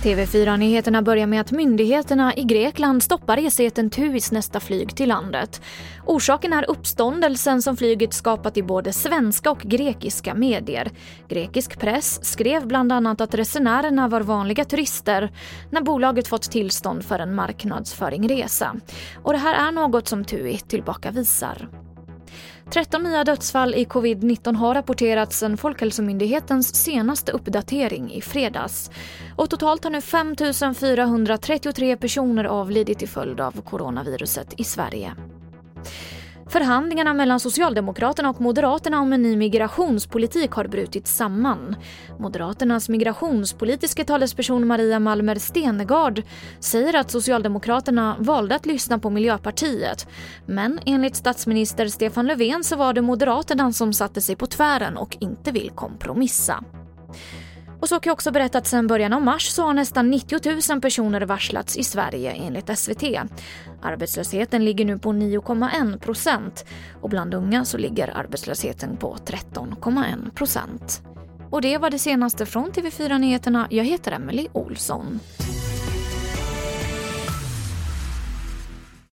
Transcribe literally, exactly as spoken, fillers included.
T V fyra-nyheterna börjar med att myndigheterna i Grekland stoppar reseten TUIs nästa flyg till landet. Orsaken är uppståndelsen som flyget skapat i både svenska och grekiska medier. Grekisk press skrev bland annat att resenärerna var vanliga turister när bolaget fått tillstånd för en marknadsföringresa. Och det här är något som TUI tillbakavisar. tretton nya dödsfall i covid nitton har rapporterats sedan Folkhälsomyndighetens senaste uppdatering i fredags. Och totalt har nu fem tusen fyrahundratrettiotre personer avlidit till följd av coronaviruset i Sverige. Förhandlingarna mellan Socialdemokraterna och Moderaterna om en ny migrationspolitik har brutit samman. Moderaternas migrationspolitiska talesperson Maria Malmer Stenegard säger att Socialdemokraterna valde att lyssna på Miljöpartiet. Men enligt statsminister Stefan Löfven så var det Moderaterna som satte sig på tvären och inte vill kompromissa. Och så kan jag också berätta att sedan början av mars så har nästan nittio tusen personer varslats i Sverige enligt S V T. Arbetslösheten ligger nu på nio komma en procent och bland unga så ligger arbetslösheten på tretton komma en procent. Och det var det senaste från T V fyra-nyheterna. Jag heter Emily Olsson.